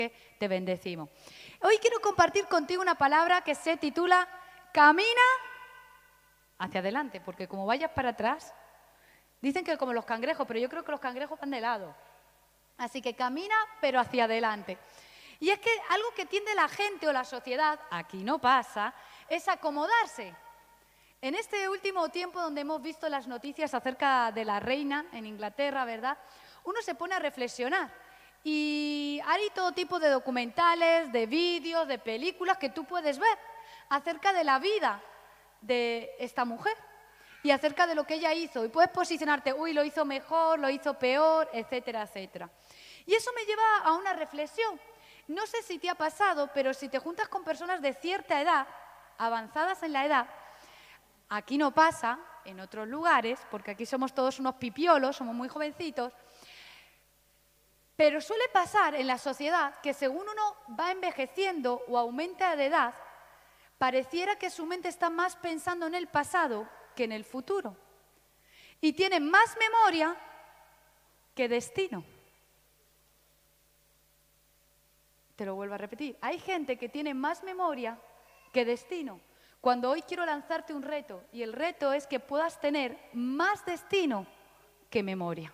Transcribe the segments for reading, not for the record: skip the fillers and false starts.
te bendecimos. Hoy quiero compartir contigo una palabra que se titula Camina hacia adelante, porque como vayas para atrás, dicen que como los cangrejos, pero yo creo que los cangrejos van de lado. Así que camina, pero hacia adelante. Y es que algo que tiende la gente o la sociedad, aquí no pasa, es acomodarse. En este último tiempo donde hemos visto las noticias acerca de la reina en Inglaterra, ¿verdad? Uno se pone a reflexionar y hay todo tipo de documentales, de vídeos, de películas que tú puedes ver acerca de la vida de esta mujer y acerca de lo que ella hizo. Y puedes posicionarte, uy, lo hizo mejor, lo hizo peor, etcétera, etcétera. Y eso me lleva a una reflexión. No sé si te ha pasado, pero si te juntas con personas de cierta edad, avanzadas en la edad, aquí no pasa, en otros lugares, porque aquí somos todos unos pipiolos, somos muy jovencitos, pero suele pasar en la sociedad que según uno va envejeciendo o aumenta de edad, pareciera que su mente está más pensando en el pasado que en el futuro. Y tiene más memoria que destino. Te lo vuelvo a repetir. Hay gente que tiene más memoria que destino. Cuando hoy quiero lanzarte un reto, y el reto es que puedas tener más destino que memoria.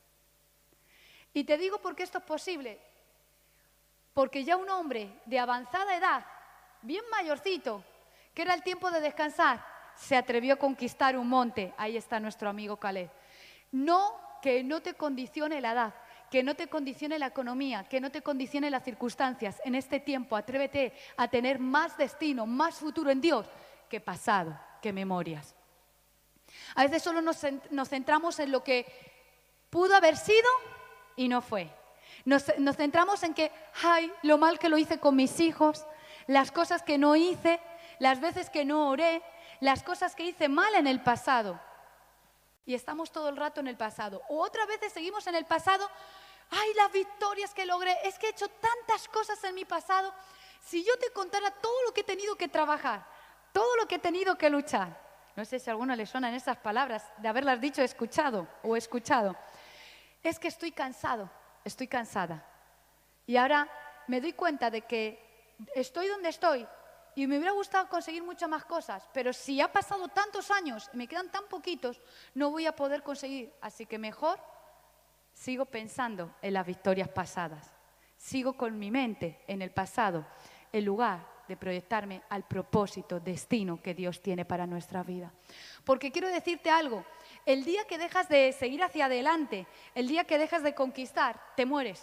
Y te digo por qué esto es posible. Porque ya un hombre de avanzada edad, bien mayorcito, que era el tiempo de descansar, se atrevió a conquistar un monte. Ahí está nuestro amigo Caleb. No, que no te condicione la edad, que no te condicione la economía, que no te condicione las circunstancias. En este tiempo atrévete a tener más destino, más futuro en Dios que pasado, que memorias. A veces solo nos centramos en lo que pudo haber sido y no fue. Nos centramos en que, ay, lo mal que lo hice con mis hijos, las cosas que no hice, las veces que no oré, las cosas que hice mal en el pasado. Y estamos todo el rato en el pasado. O otras veces seguimos en el pasado, ay, las victorias que logré, es que he hecho tantas cosas en mi pasado. Si yo te contara todo lo que he tenido que trabajar, todo lo que he tenido que luchar. No sé si a alguno le suenan esas palabras de haberlas dicho, escuchado o escuchado. Es que estoy cansado, estoy cansada. Y ahora me doy cuenta de que estoy donde estoy y me hubiera gustado conseguir muchas más cosas, pero si ha pasado tantos años y me quedan tan poquitos, no voy a poder conseguir. Así que mejor sigo pensando en las victorias pasadas. Sigo con mi mente en el pasado, en lugar de proyectarme al propósito, destino que Dios tiene para nuestra vida. Porque quiero decirte algo, el día que dejas de seguir hacia adelante, el día que dejas de conquistar, te mueres.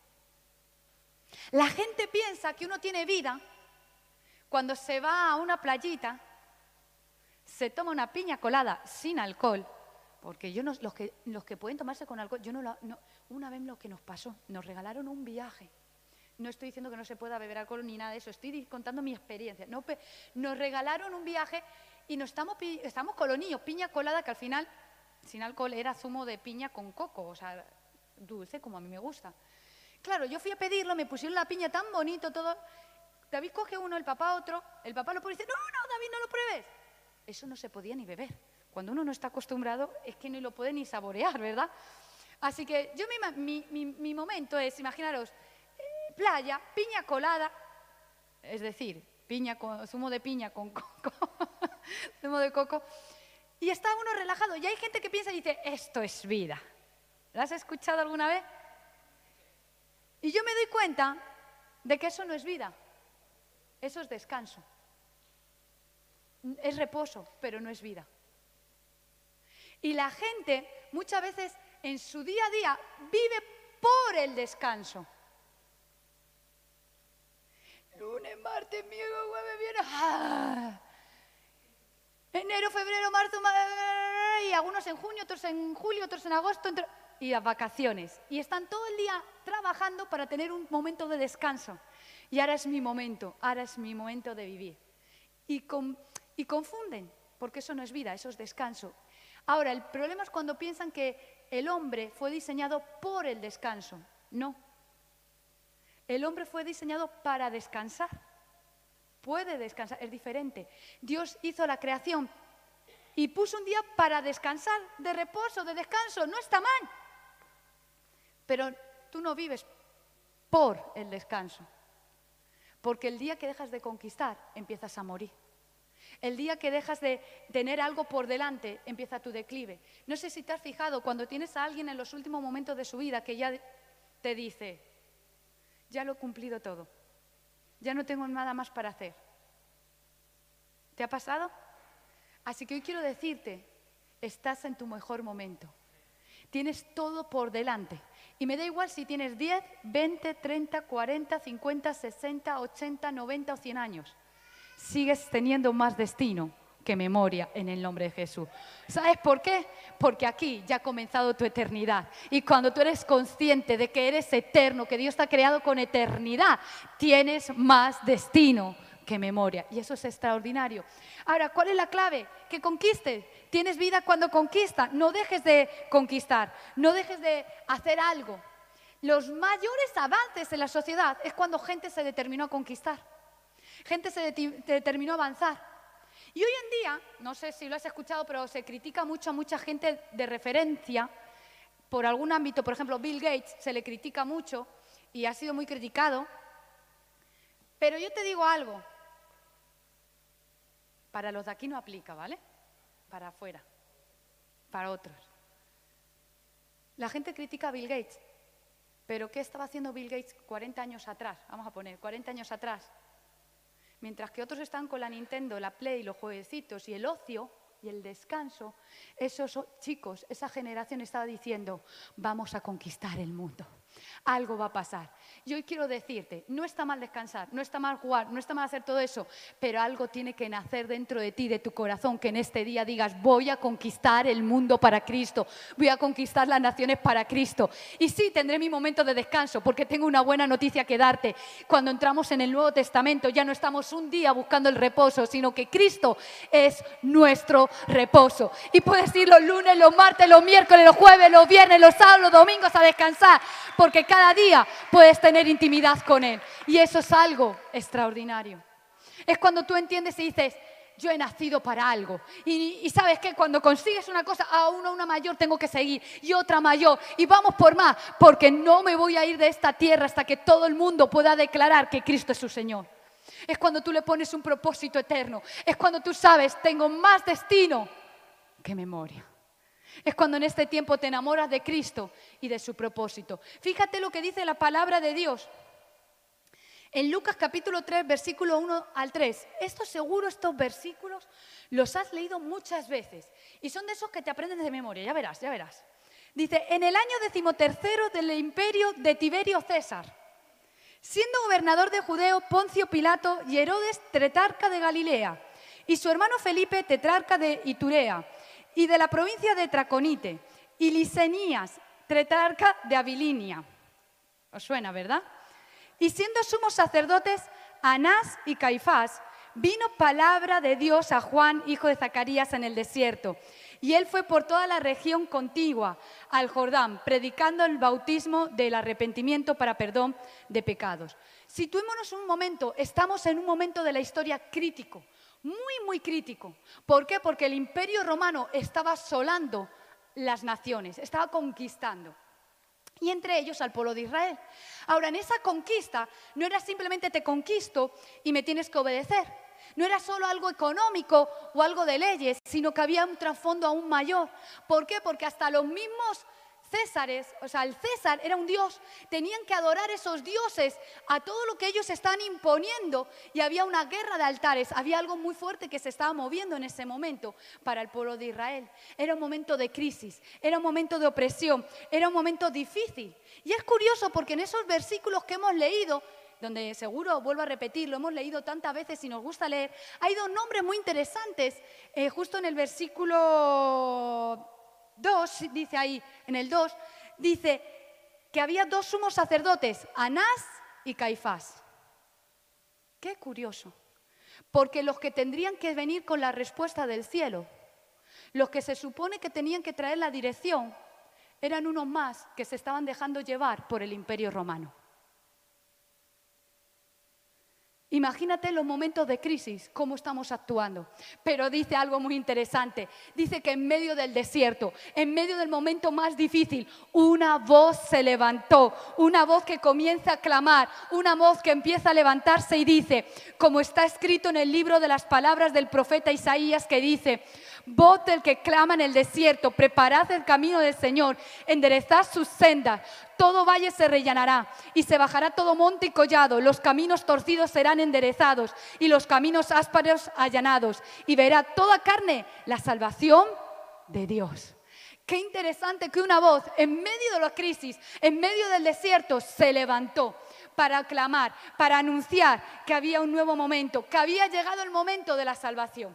La gente piensa que uno tiene vida cuando se va a una playita, se toma una piña colada sin alcohol, porque yo no, los que pueden tomarse con alcohol, yo no, una vez lo que nos pasó, nos regalaron un viaje. No estoy diciendo que no se pueda beber alcohol ni nada de eso, estoy contando mi experiencia. No, nos regalaron un viaje y estamos con los niños, piña colada, que al final, sin alcohol, era zumo de piña con coco, o sea, dulce como a mí me gusta. Claro, yo fui a pedirlo, me pusieron la piña tan bonito, todo. David coge uno, el papá otro, el papá lo pone y dice, no, David, no lo pruebes. Eso no se podía ni beber. Cuando uno no está acostumbrado, es que no lo puede ni saborear, ¿verdad? Así que yo mi momento es, imaginaros, playa, piña colada, es decir, zumo de piña con coco, zumo de coco, y está uno relajado. Y hay gente que piensa y dice, esto es vida. ¿Lo has escuchado alguna vez? Y yo me doy cuenta de que eso no es vida, eso es descanso. Es reposo, pero no es vida. Y la gente muchas veces en su día a día vive por el descanso. Lunes, martes, miércoles, jueves, viernes. ¡Ah! Enero, febrero, marzo, y algunos en junio, otros en julio, otros en agosto, y las vacaciones. Y están todo el día trabajando para tener un momento de descanso. Y ahora es mi momento de vivir. Y confunden, porque eso no es vida, eso es descanso. Ahora, el problema es cuando piensan que el hombre fue diseñado por el descanso. No. El hombre fue diseñado para descansar. Puede descansar, es diferente. Dios hizo la creación y puso un día para descansar, de reposo, de descanso. No está mal. Pero tú no vives por el descanso. Porque el día que dejas de conquistar, empiezas a morir. El día que dejas de tener algo por delante, empieza tu declive. No sé si te has fijado, cuando tienes a alguien en los últimos momentos de su vida que ya te dice, ya lo he cumplido todo, ya no tengo nada más para hacer. ¿Te ha pasado? Así que hoy quiero decirte, estás en tu mejor momento. Tienes todo por delante. Y me da igual si tienes 10, 20, 30, 40, 50, 60, 80, 90 o 100 años. Sigues teniendo más destino que memoria en el nombre de Jesús. ¿Sabes por qué? Porque aquí ya ha comenzado tu eternidad. Y cuando tú eres consciente de que eres eterno, que Dios te ha creado con eternidad, tienes más destino que memoria. Y eso es extraordinario. Ahora, ¿cuál es la clave? Que conquistes. Tienes vida cuando conquistas. No dejes de conquistar. No dejes de hacer algo. Los mayores avances en la sociedad es cuando gente se determinó a conquistar. Gente se determinó a avanzar. Y hoy en día, no sé si lo has escuchado, pero se critica mucho a mucha gente de referencia por algún ámbito. Por ejemplo, Bill Gates se le critica mucho y ha sido muy criticado. Pero yo te digo algo. Para los de aquí no aplica, ¿vale? Para afuera, para otros. La gente critica a Bill Gates, pero ¿qué estaba haciendo Bill Gates 40 años atrás? Vamos a poner, 40 años atrás. Mientras que otros están con la Nintendo, la Play, los jueguecitos y el ocio y el descanso, esos chicos, esa generación estaba diciendo, vamos a conquistar el mundo. Algo va a pasar. Y hoy quiero decirte, no está mal descansar, no está mal jugar, no está mal hacer todo eso, pero algo tiene que nacer dentro de ti, de tu corazón, que en este día digas, voy a conquistar el mundo para Cristo, voy a conquistar las naciones para Cristo. Y sí, tendré mi momento de descanso, porque tengo una buena noticia que darte. Cuando entramos en el Nuevo Testamento, ya no estamos un día buscando el reposo, sino que Cristo es nuestro reposo. Y puedes ir los lunes, los martes, los miércoles, los jueves, los viernes, los sábados, los domingos a descansar, porque cada día puedes tener intimidad con Él. Y eso es algo extraordinario. Es cuando tú entiendes y dices, yo he nacido para algo. Y sabes que cuando consigues una cosa, a una mayor tengo que seguir y otra mayor. Y vamos por más, porque no me voy a ir de esta tierra hasta que todo el mundo pueda declarar que Cristo es su Señor. Es cuando tú le pones un propósito eterno. Es cuando tú sabes, tengo más destino que memoria. Es cuando en este tiempo te enamoras de Cristo y de su propósito. Fíjate lo que dice la palabra de Dios. En Lucas capítulo 3, versículo 1 al 3. Estos versículos los has leído muchas veces. Y son de esos que te aprendes de memoria, ya verás, ya verás. Dice, en el año 13º del imperio de Tiberio César, siendo gobernador de Judea Poncio Pilato y Herodes tetrarca de Galilea, y su hermano Felipe tetrarca de Iturea, y de la provincia de Traconite, y Licenías, tetrarca de Abilinia. ¿Os suena, verdad? Y siendo sumos sacerdotes Anás y Caifás, vino palabra de Dios a Juan, hijo de Zacarías, en el desierto. Y él fue por toda la región contigua al Jordán, predicando el bautismo del arrepentimiento para perdón de pecados. Situémonos un momento, estamos en un momento de la historia crítico. Muy crítico. ¿Por qué? Porque el Imperio Romano estaba asolando las naciones, estaba conquistando. Y entre ellos al pueblo de Israel. Ahora, en esa conquista no era simplemente te conquisto y me tienes que obedecer. No era solo algo económico o algo de leyes, sino que había un trasfondo aún mayor. ¿Por qué? Porque hasta los mismos Césares, o sea, el César era un dios, tenían que adorar esos dioses a todo lo que ellos están imponiendo y había una guerra de altares, había algo muy fuerte que se estaba moviendo en ese momento para el pueblo de Israel. Era un momento de crisis, era un momento de opresión, era un momento difícil. Y es curioso porque en esos versículos que hemos leído, donde seguro, vuelvo a repetir, lo hemos leído tantas veces y nos gusta leer, hay dos nombres muy interesantes, justo en el versículo 2, dice ahí, en el 2, dice que había dos sumos sacerdotes, Anás y Caifás. Qué curioso, porque los que tendrían que venir con la respuesta del cielo, los que se supone que tenían que traer la dirección, eran unos más que se estaban dejando llevar por el Imperio Romano. Imagínate en los momentos de crisis, cómo estamos actuando. Pero dice algo muy interesante. Dice que en medio del desierto, en medio del momento más difícil, una voz se levantó. Una voz que comienza a clamar, una voz que empieza a levantarse y dice, como está escrito en el libro de las palabras del profeta Isaías, que dice, voz del que clama en el desierto, preparad el camino del Señor, enderezad sus sendas, todo valle se rellenará y se bajará todo monte y collado, los caminos torcidos serán enderezados y los caminos ásperos allanados, y verá toda carne la salvación de Dios. Qué interesante que una voz en medio de la crisis, en medio del desierto, se levantó para clamar, para anunciar que había un nuevo momento, que había llegado el momento de la salvación.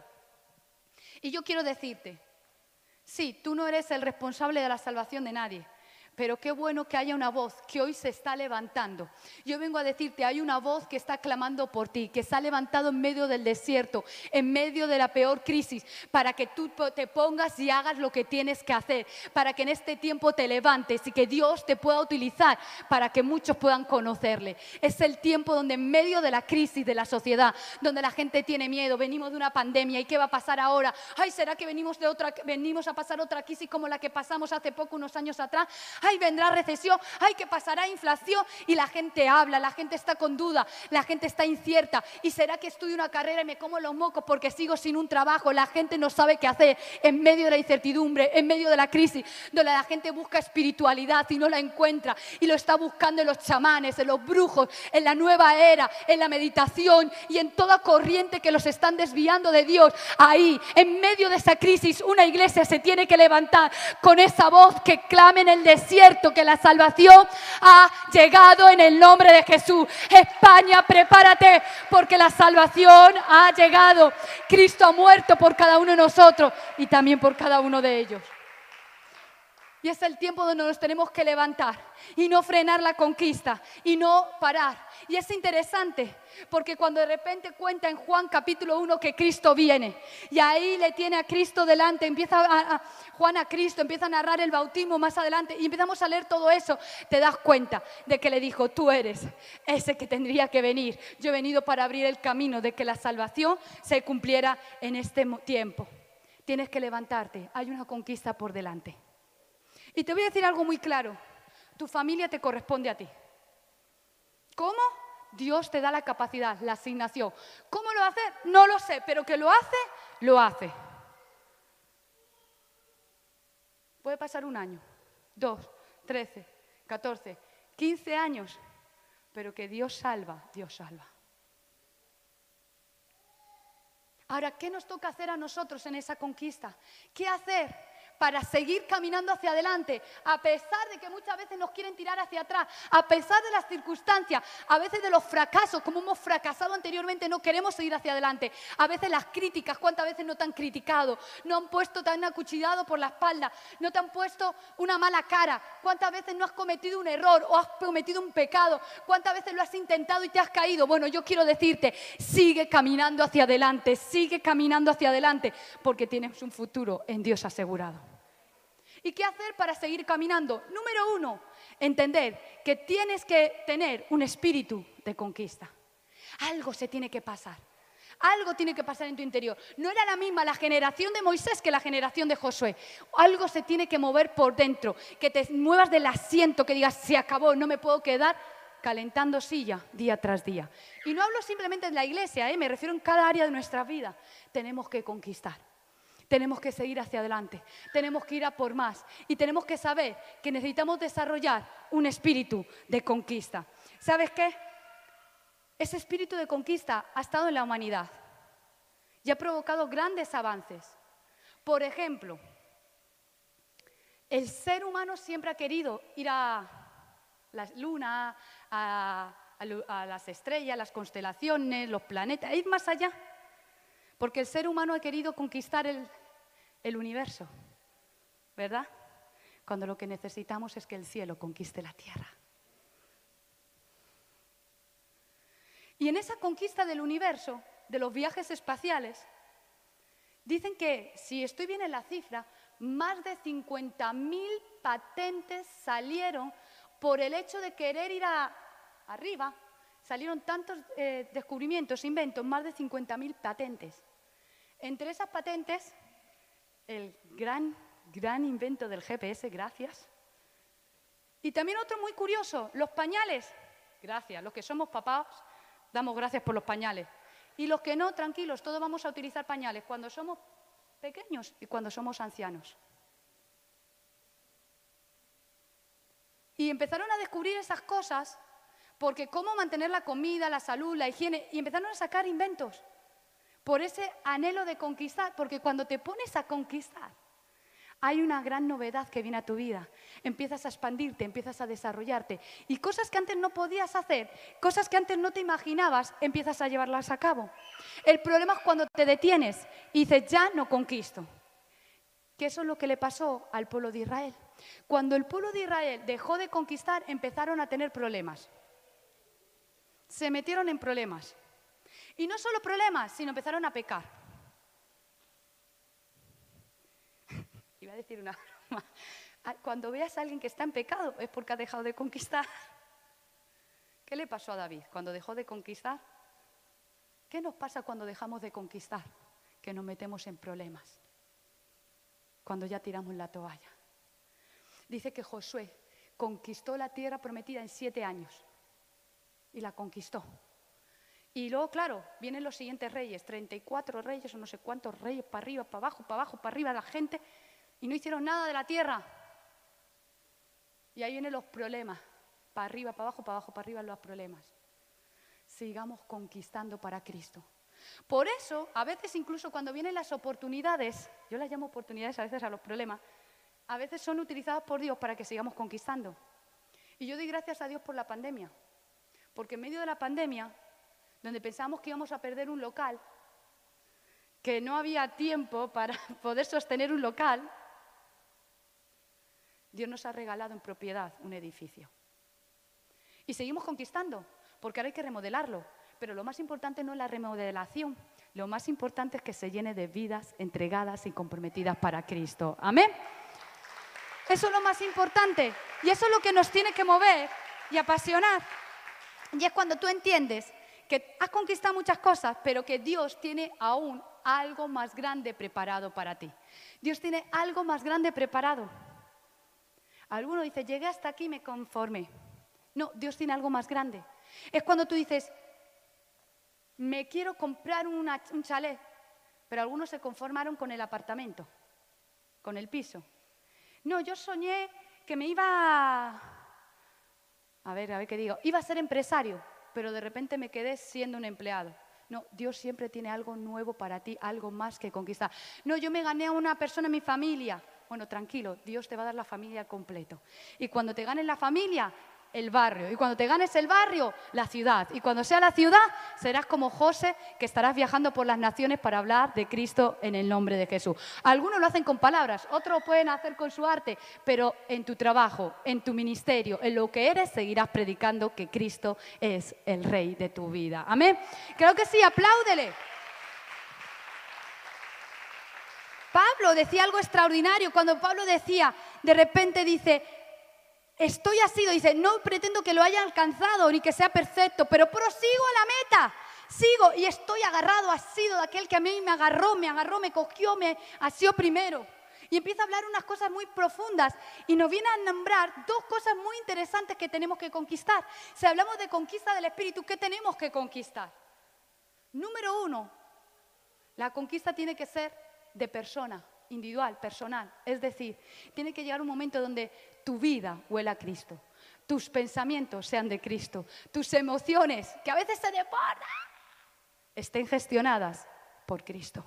Y yo quiero decirte, sí, tú no eres el responsable de la salvación de nadie, pero qué bueno que haya una voz que hoy se está levantando. Yo vengo a decirte, hay una voz que está clamando por ti, que se ha levantado en medio del desierto, en medio de la peor crisis, para que tú te pongas y hagas lo que tienes que hacer, para que en este tiempo te levantes y que Dios te pueda utilizar para que muchos puedan conocerle. Es el tiempo donde en medio de la crisis de la sociedad, donde la gente tiene miedo, venimos de una pandemia, ¿y qué va a pasar ahora? Ay, ¿será que venimos a pasar otra crisis como la que pasamos hace poco, unos años atrás? Ay, vendrá recesión, ay, que pasará inflación, y la gente habla, la gente está con duda, la gente está incierta, y será que estudio una carrera y me como los mocos porque sigo sin un trabajo. La gente no sabe qué hacer en medio de la incertidumbre, en medio de la crisis, donde la gente busca espiritualidad y no la encuentra, y lo está buscando en los chamanes, en los brujos, en la nueva era, en la meditación y en toda corriente que los están desviando de Dios. Ahí, en medio de esa crisis, una iglesia se tiene que levantar con esa voz que clame en el desierto, que la salvación ha llegado en el nombre de Jesús. España, prepárate, porque la salvación ha llegado. Cristo ha muerto por cada uno de nosotros y también por cada uno de ellos. Y es el tiempo donde nos tenemos que levantar y no frenar la conquista y no parar. Y es interesante porque cuando de repente cuenta en Juan capítulo 1 que Cristo viene y ahí le tiene a Cristo delante, Juan a Cristo, empieza a narrar el bautismo más adelante y empezamos a leer todo eso, te das cuenta de que le dijo, tú eres ese que tendría que venir. Yo he venido para abrir el camino de que la salvación se cumpliera en este tiempo. Tienes que levantarte, hay una conquista por delante. Y te voy a decir algo muy claro, tu familia te corresponde a ti. ¿Cómo? Dios te da la capacidad, la asignación. ¿Cómo lo hace? No lo sé, pero que lo hace, lo hace. Puede pasar 1 año, 2, 13, 14, 15 años, pero que Dios salva, Dios salva. Ahora, ¿qué nos toca hacer a nosotros en esa conquista? ¿Qué hacer para seguir caminando hacia adelante, a pesar de que muchas veces nos quieren tirar hacia atrás, a pesar de las circunstancias, a veces de los fracasos, como hemos fracasado anteriormente, no queremos seguir hacia adelante, a veces las críticas, cuántas veces no te han criticado, no han puesto tan acuchillado por la espalda, no te han puesto una mala cara, cuántas veces no has cometido un error o has cometido un pecado, cuántas veces lo has intentado y te has caído. Bueno, yo quiero decirte, sigue caminando hacia adelante, porque tienes un futuro en Dios asegurado. ¿Y qué hacer para seguir caminando? Número 1, entender que tienes que tener un espíritu de conquista. Algo se tiene que pasar. Algo tiene que pasar en tu interior. No era la misma la generación de Moisés que la generación de Josué. Algo se tiene que mover por dentro. Que te muevas del asiento, que digas, se acabó, no me puedo quedar calentando silla día tras día. Y no hablo simplemente de la iglesia, me refiero en cada área de nuestra vida. Tenemos que conquistar. Tenemos que seguir hacia adelante, tenemos que ir a por más y tenemos que saber que necesitamos desarrollar un espíritu de conquista. ¿Sabes qué? Ese espíritu de conquista ha estado en la humanidad y ha provocado grandes avances. Por ejemplo, el ser humano siempre ha querido ir a la luna, a las estrellas, las constelaciones, los planetas, ir más allá. Porque el ser humano ha querido conquistar el universo, ¿verdad? Cuando lo que necesitamos es que el cielo conquiste la tierra. Y en esa conquista del universo, de los viajes espaciales, dicen que, si estoy bien en la cifra, más de 50.000 patentes salieron por el hecho de querer ir arriba salieron tantos descubrimientos, inventos, más de 50.000 patentes. Entre esas patentes, el gran invento del GPS, gracias. Y también otro muy curioso, los pañales. Gracias, los que somos papás damos gracias por los pañales. Y los que no, tranquilos, todos vamos a utilizar pañales cuando somos pequeños y cuando somos ancianos. Y empezaron a descubrir esas cosas porque cómo mantener la comida, la salud, la higiene, y empezaron a sacar inventos por ese anhelo de conquistar, porque cuando te pones a conquistar, hay una gran novedad que viene a tu vida. Empiezas a expandirte, empiezas a desarrollarte. Y cosas que antes no podías hacer, cosas que antes no te imaginabas, empiezas a llevarlas a cabo. El problema es cuando te detienes y dices, ya no conquisto. Que eso es lo que le pasó al pueblo de Israel. Cuando el pueblo de Israel dejó de conquistar, empezaron a tener problemas. Se metieron en problemas. Y no solo problemas, sino empezaron a pecar. Iba a decir una broma. Cuando veas a alguien que está en pecado es porque ha dejado de conquistar. ¿Qué le pasó a David cuando dejó de conquistar? ¿Qué nos pasa cuando dejamos de conquistar? Que nos metemos en problemas. Cuando ya tiramos la toalla. Dice que Josué conquistó la tierra prometida en 7 años. Y la conquistó. Y luego, claro, vienen los siguientes reyes, 34 reyes o no sé cuántos reyes, para arriba, para abajo, para arriba la gente. Y no hicieron nada de la tierra. Y ahí vienen los problemas. Para arriba, para arriba los problemas. Sigamos conquistando para Cristo. Por eso, a veces incluso cuando vienen las oportunidades, yo las llamo oportunidades a veces a los problemas, a veces son utilizadas por Dios para que sigamos conquistando. Y yo doy gracias a Dios por la pandemia. Porque en medio de la pandemia, donde pensábamos que íbamos a perder un local, que no había tiempo para poder sostener un local, Dios nos ha regalado en propiedad un edificio. Y seguimos conquistando, porque ahora hay que remodelarlo. Pero lo más importante no es la remodelación, lo más importante es que se llene de vidas entregadas y comprometidas para Cristo. ¿Amén? Eso es lo más importante y eso es lo que nos tiene que mover y apasionar. Y es cuando tú entiendes que has conquistado muchas cosas, pero que Dios tiene aún algo más grande preparado para ti. Dios tiene algo más grande preparado. Alguno dice, llegué hasta aquí y me conformé. No, Dios tiene algo más grande. Es cuando tú dices, me quiero comprar un chalet, pero algunos se conformaron con el apartamento, con el piso. No, yo soñé que me iba a ver qué digo, iba a ser empresario, pero de repente me quedé siendo un empleado. No, Dios siempre tiene algo nuevo para ti, algo más que conquistar. No, yo me gané a una persona en mi familia. Bueno, tranquilo, Dios te va a dar la familia al completo. Y cuando te ganes la familia, el barrio. Y cuando te ganes el barrio, la ciudad. Y cuando sea la ciudad, serás como José, que estarás viajando por las naciones para hablar de Cristo en el nombre de Jesús. Algunos lo hacen con palabras, otros lo pueden hacer con su arte, pero en tu trabajo, en tu ministerio, en lo que eres, seguirás predicando que Cristo es el Rey de tu vida. Amén. Creo que sí, apláudele. Pablo decía algo extraordinario. Cuando Pablo decía, de repente dice, estoy así, dice, no pretendo que lo haya alcanzado ni que sea perfecto, pero prosigo a la meta. Sigo y estoy agarrado, ha sido de aquel que a mí me agarró, me cogió, me asió primero. Y empieza a hablar unas cosas muy profundas y nos viene a nombrar 2 cosas muy interesantes que tenemos que conquistar. Si hablamos de conquista del Espíritu, ¿qué tenemos que conquistar? Número 1, la conquista tiene que ser de persona, individual, personal. Es decir, tiene que llegar un momento donde tu vida huela a Cristo, tus pensamientos sean de Cristo, tus emociones, que a veces se desbordan, estén gestionadas por Cristo.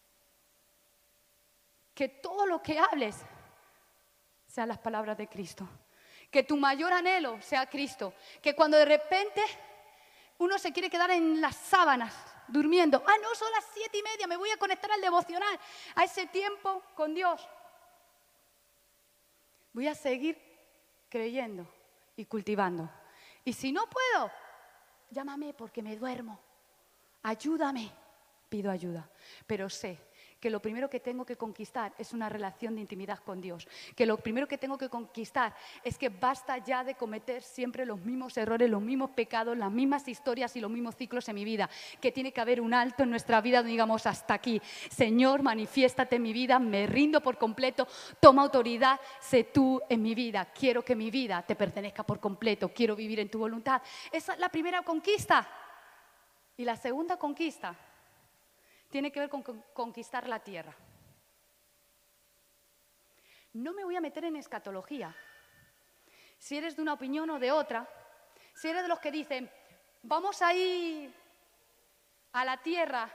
Que todo lo que hables sean las palabras de Cristo. Que tu mayor anhelo sea Cristo. Que cuando de repente uno se quiere quedar en las sábanas durmiendo. No, son las 7:30, me voy a conectar al devocional, a ese tiempo con Dios. Voy a seguir creyendo y cultivando. Y si no puedo, llámame porque me duermo. Ayúdame, pido ayuda. Pero sé que lo primero que tengo que conquistar es una relación de intimidad con Dios, que lo primero que tengo que conquistar es que basta ya de cometer siempre los mismos errores, los mismos pecados, las mismas historias y los mismos ciclos en mi vida, que tiene que haber un alto en nuestra vida donde digamos hasta aquí. Señor, manifiéstate en mi vida, me rindo por completo, toma autoridad, sé tú en mi vida, quiero que mi vida te pertenezca por completo, quiero vivir en tu voluntad. Esa es la primera conquista. Y la segunda conquista tiene que ver con conquistar la tierra. No me voy a meter en escatología. Si eres de una opinión o de otra, si eres de los que dicen, vamos a ir a la tierra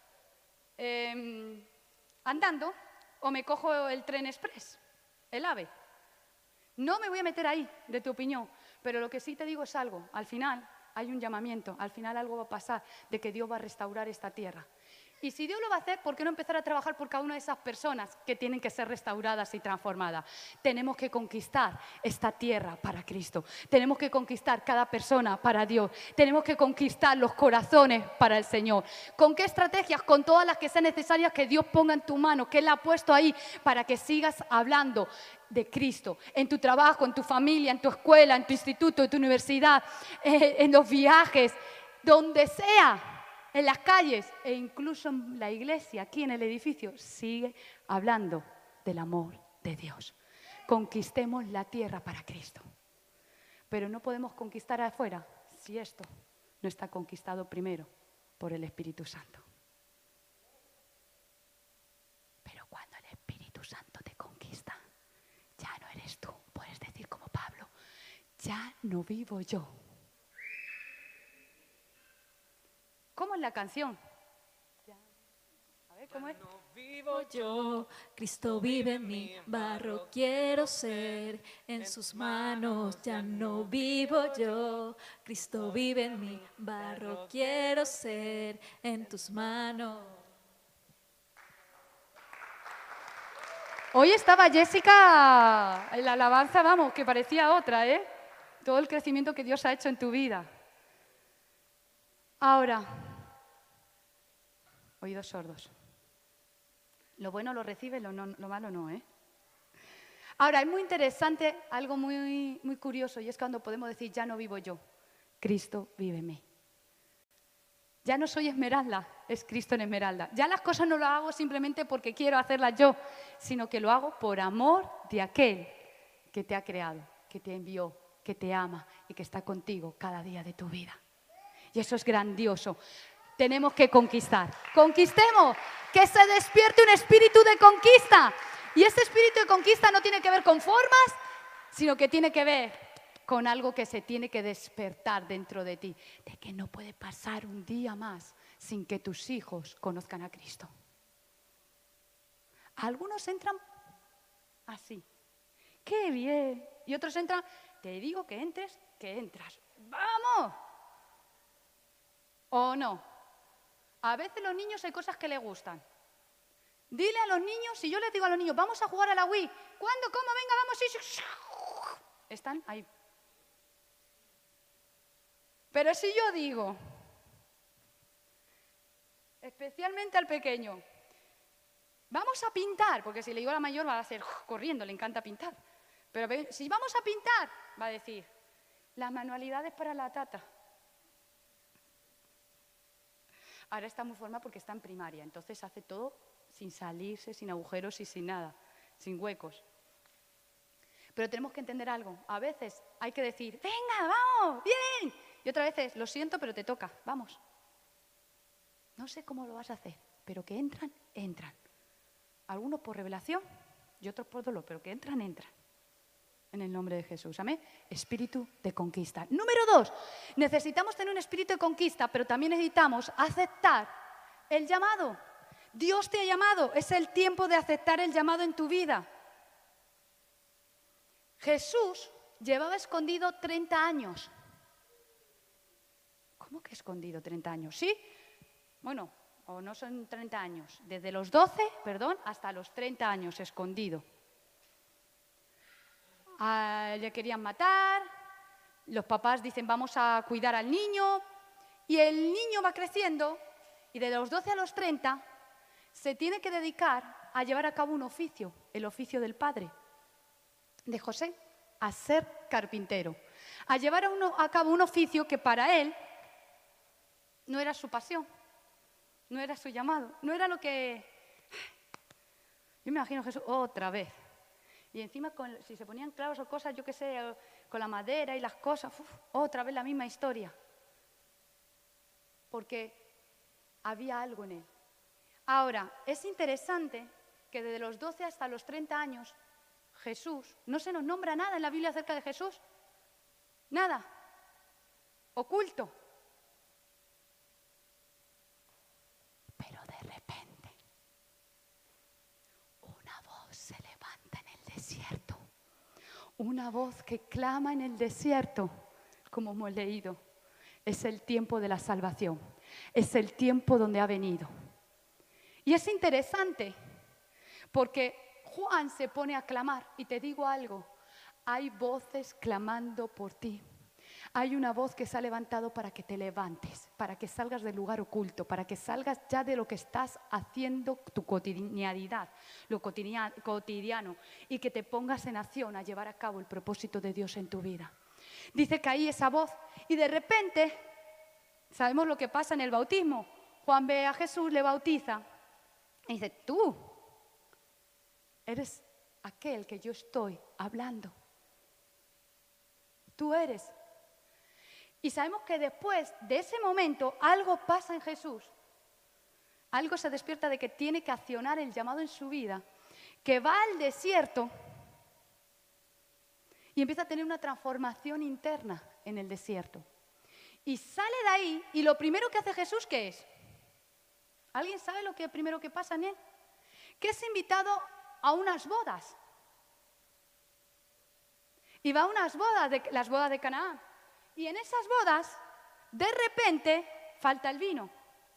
andando o me cojo el tren express, el AVE. No me voy a meter ahí de tu opinión, pero lo que sí te digo es algo. Al final hay un llamamiento, al final algo va a pasar de que Dios va a restaurar esta tierra. Y si Dios lo va a hacer, ¿por qué no empezar a trabajar por cada una de esas personas que tienen que ser restauradas y transformadas? Tenemos que conquistar esta tierra para Cristo. Tenemos que conquistar cada persona para Dios. Tenemos que conquistar los corazones para el Señor. ¿Con qué estrategias? Con todas las que sean necesarias que Dios ponga en tu mano, que Él ha puesto ahí para que sigas hablando de Cristo, en tu trabajo, en tu familia, en tu escuela, en tu instituto, en tu universidad, en los viajes, donde sea. En las calles e incluso en la iglesia, aquí en el edificio, sigue hablando del amor de Dios. Conquistemos la tierra para Cristo. Pero no podemos conquistar afuera si esto no está conquistado primero por el Espíritu Santo. Pero cuando el Espíritu Santo te conquista, ya no eres tú. Puedes decir como Pablo, ya no vivo yo. ¿Cómo es la canción? A ver, ¿cómo es? Ya no vivo yo, Cristo vive en mí, barro quiero ser, en sus manos ya no vivo yo, Cristo vive en mí, barro quiero ser, en tus manos. Hoy estaba Jessica en la alabanza, vamos, que parecía otra, ¿eh? Todo el crecimiento que Dios ha hecho en tu vida. Ahora, oídos sordos. Lo bueno lo recibe, lo malo no, ¿eh? Ahora, es muy interesante, algo muy curioso, y es cuando podemos decir, ya no vivo yo, Cristo vive en mí. Ya no soy Esmeralda, es Cristo en Esmeralda. Ya las cosas no lo hago simplemente porque quiero hacerlas yo, sino que lo hago por amor de aquel que te ha creado, que te envió, que te ama y que está contigo cada día de tu vida. Y eso es grandioso. Tenemos que conquistar. Conquistemos, que se despierte un espíritu de conquista. Y este espíritu de conquista no tiene que ver con formas, sino que tiene que ver con algo que se tiene que despertar dentro de ti, de que no puede pasar un día más sin que tus hijos conozcan a Cristo. Algunos entran así, ¡qué bien! Y otros entran, te digo que entres, que entras. ¡Vamos! ¿O no? A veces los niños hay cosas que les gustan. Dile a los niños, si yo les digo a los niños, vamos a jugar a la Wii, ¿cuándo? ¿Cómo? Venga, vamos. Están ahí. Pero si yo digo, especialmente al pequeño, vamos a pintar, porque si le digo a la mayor va a ser corriendo, le encanta pintar. Pero si vamos a pintar, va a decir, las manualidades para la tata. Ahora está muy forma porque está en primaria, entonces hace todo sin salirse, sin agujeros y sin nada, sin huecos. Pero tenemos que entender algo. A veces hay que decir, venga, vamos, bien. Y otras veces, lo siento, pero te toca, vamos. No sé cómo lo vas a hacer, pero que entran, entran. Algunos por revelación y otros por dolor, pero que entran, entran. En el nombre de Jesús, amén. Espíritu de conquista. Número 2, necesitamos tener un espíritu de conquista, pero también necesitamos aceptar el llamado. Dios te ha llamado, es el tiempo de aceptar el llamado en tu vida. Jesús llevaba escondido 30 años. ¿Cómo que escondido 30 años? ¿Sí? Bueno, o no son 30 años. Desde los 12, hasta los 30 años escondido. Le querían matar, los papás dicen vamos a cuidar al niño y el niño va creciendo y de los 12 a los 30 se tiene que dedicar a llevar a cabo un oficio, el oficio del padre de José, a ser carpintero, a llevar a cabo un oficio que para él no era su pasión, no era su llamado, no era lo que... Yo me imagino a Jesús otra vez. Y encima, si se ponían clavos o cosas, yo qué sé, con la madera y las cosas, otra vez la misma historia. Porque había algo en él. Ahora, es interesante que desde los 12 hasta los 30 años, Jesús, no se nos nombra nada en la Biblia acerca de Jesús. Nada. Oculto. Pero de repente, una voz se levanta en el desierto. Una voz que clama en el desierto, como hemos leído. Es el tiempo de la salvación. Es el tiempo donde ha venido. Y es interesante porque Juan se pone a clamar. Y te digo algo, hay voces clamando por ti. Hay una voz que se ha levantado para que te levantes, para que salgas del lugar oculto, para que salgas ya de lo que estás haciendo, tu cotidianidad, lo cotidiano, y que te pongas en acción a llevar a cabo el propósito de Dios en tu vida. Dice que ahí esa voz, y de repente, sabemos lo que pasa en el bautismo. Juan ve a Jesús, le bautiza, y dice, tú eres aquel que yo estoy hablando. Tú eres. Y sabemos que después de ese momento algo pasa en Jesús. Algo se despierta de que tiene que accionar el llamado en su vida, que va al desierto y empieza a tener una transformación interna en el desierto. Y sale de ahí y lo primero que hace Jesús, ¿qué es? ¿Alguien sabe lo que primero que pasa en él? Que es invitado a unas bodas. Y va a unas bodas, las bodas de Canaán. Y en esas bodas, de repente, falta el vino.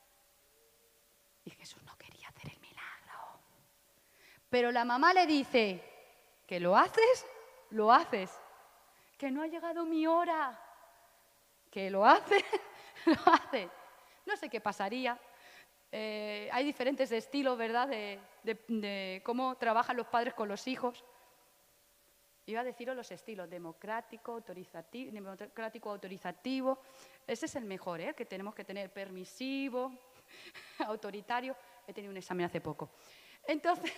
Y Jesús no quería hacer el milagro. Pero la mamá le dice, ¿que lo haces? Lo haces. Que no ha llegado mi hora. ¿Que lo haces? Lo haces. No sé qué pasaría. Hay diferentes estilos, ¿verdad?, de cómo trabajan los padres con los hijos. Iba a deciros los estilos, democrático, autorizativo. Ese es el mejor, que tenemos que tener, permisivo, autoritario. He tenido un examen hace poco. Entonces,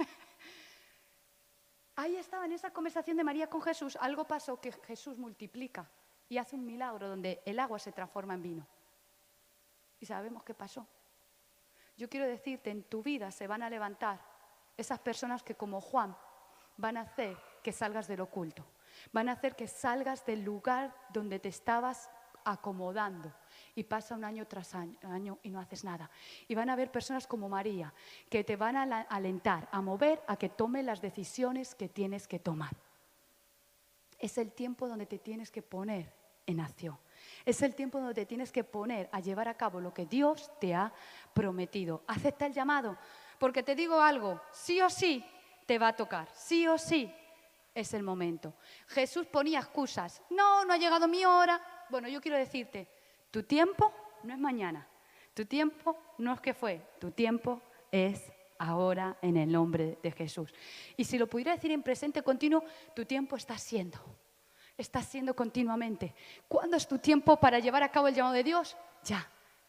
ahí estaba, en esa conversación de María con Jesús, algo pasó que Jesús multiplica y hace un milagro donde el agua se transforma en vino. Y sabemos qué pasó. Yo quiero decirte, en tu vida se van a levantar esas personas que, como Juan, van a hacer que salgas del oculto. Van a hacer que salgas del lugar donde te estabas acomodando. Y pasa un año tras año y no haces nada. Y van a haber personas como María que te van a alentar, a mover, a que tomes las decisiones que tienes que tomar. Es el tiempo donde te tienes que poner en acción. Es el tiempo donde te tienes que poner a llevar a cabo lo que Dios te ha prometido. Acepta el llamado, porque te digo algo, sí o sí te va a tocar, sí o sí es el momento. Jesús ponía excusas, no ha llegado mi hora. Bueno, yo quiero decirte, tu tiempo no es mañana, tu tiempo no es que fue, tu tiempo es ahora en el nombre de Jesús. Y si lo pudiera decir en presente continuo, tu tiempo está siendo continuamente. ¿Cuándo es tu tiempo para llevar a cabo el llamado de Dios? Ya.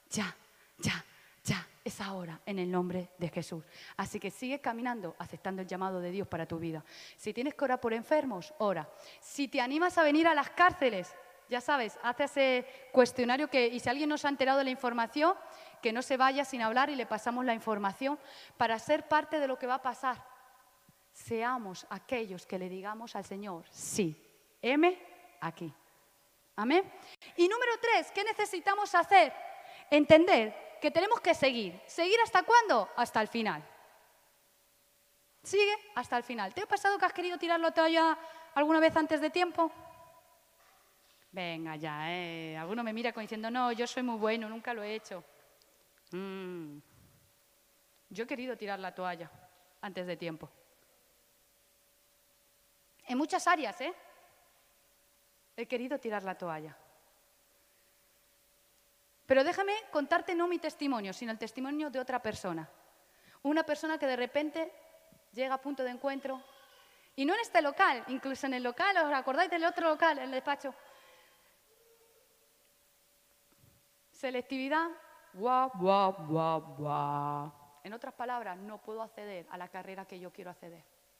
Es ahora, en el nombre de Jesús. Así que sigue caminando, aceptando el llamado de Dios para tu vida. Si tienes que orar por enfermos, ora. Si te animas a venir a las cárceles, ya sabes, haz ese cuestionario y si alguien no se ha enterado de la información, que no se vaya sin hablar y le pasamos la información para ser parte de lo que va a pasar. Seamos aquellos que le digamos al Señor, sí. Aquí. Amén. Y número 3, ¿qué necesitamos hacer? Entender que tenemos que seguir. ¿Seguir hasta cuándo? Hasta el final. Sigue hasta el final. ¿Te ha pasado que has querido tirar la toalla alguna vez antes de tiempo? Venga ya, Alguno me mira como diciendo, no, yo soy muy bueno, nunca lo he hecho. Yo he querido tirar la toalla antes de tiempo. En muchas áreas, he querido tirar la toalla. Pero déjame contarte no mi testimonio, sino el testimonio de otra persona. Una persona que de repente llega a punto de encuentro, y no en este local, incluso en el local, ¿os acordáis del otro local, el despacho? Selectividad, guau, guau, guau, guau. En otras palabras, no puedo acceder a la carrera que yo quiero acceder.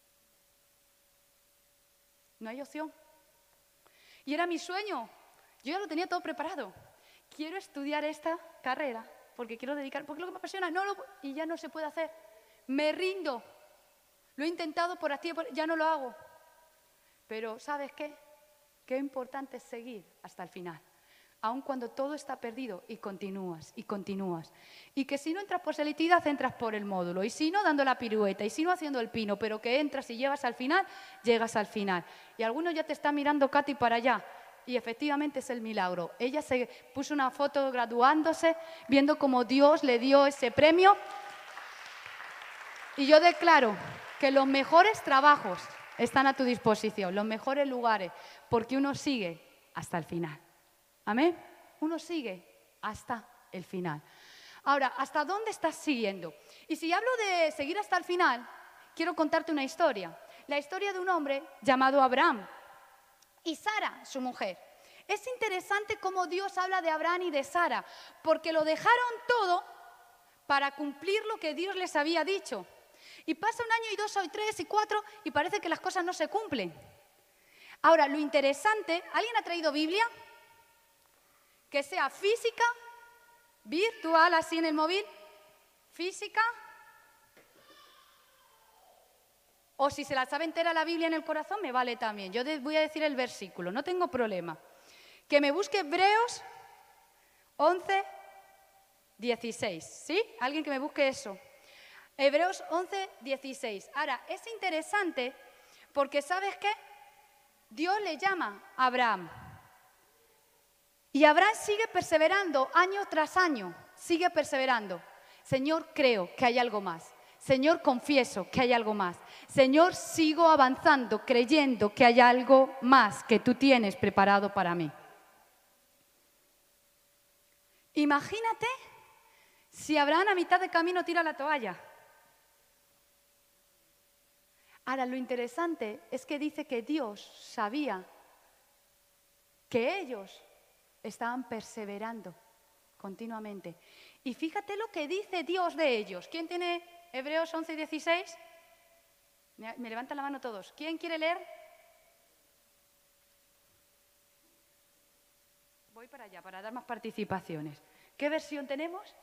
No hay opción. Y era mi sueño. Yo ya lo tenía todo preparado. Quiero estudiar esta carrera porque quiero dedicar, porque es lo que me apasiona. Y ya no se puede hacer. Me rindo. Lo he intentado por activo, ya no lo hago. Pero ¿sabes qué? Qué importante es seguir hasta el final. Aun cuando todo está perdido y continúas y continúas. Y que si no entras por selectividad, entras por el módulo. Y si no, dando la pirueta. Y si no, haciendo el pino. Pero que entras y llegas al final, llegas al final. Y algunos ya te están mirando, Katy, para allá. Y efectivamente es el milagro. Ella se puso una foto graduándose, viendo cómo Dios le dio ese premio. Y yo declaro que los mejores trabajos están a tu disposición, los mejores lugares, porque uno sigue hasta el final. ¿Amén? Uno sigue hasta el final. Ahora, ¿hasta dónde estás siguiendo? Y si hablo de seguir hasta el final, quiero contarte una historia. La historia de un hombre llamado Abraham y Sara, su mujer. Es interesante cómo Dios habla de Abraham y de Sara, porque lo dejaron todo para cumplir lo que Dios les había dicho. Y pasa un año y 2 y 3 y 4 y parece que las cosas no se cumplen. Ahora, lo interesante, ¿alguien ha traído Biblia? Que sea física, virtual, así en el móvil, física, o si se la sabe entera la Biblia en el corazón, me vale también. Yo voy a decir el versículo, no tengo problema. Que me busque Hebreos 11, 16, ¿sí? Alguien que me busque eso. Hebreos 11, 16. Ahora, es interesante porque, ¿sabes qué? Dios le llama a Abraham. Y Abraham sigue perseverando año tras año, sigue perseverando. Señor, creo que hay algo más. Señor, confieso que hay algo más. Señor, sigo avanzando, creyendo que hay algo más que tú tienes preparado para mí. Imagínate si Abraham a mitad de camino tira la toalla. Ahora, lo interesante es que dice que Dios sabía que ellos estaban perseverando continuamente. Y fíjate lo que dice Dios de ellos. ¿Quién tiene Hebreos 11, 16? Me levantan la mano todos. ¿Quién quiere leer? Voy para allá, para dar más participaciones. ¿Qué versión tenemos?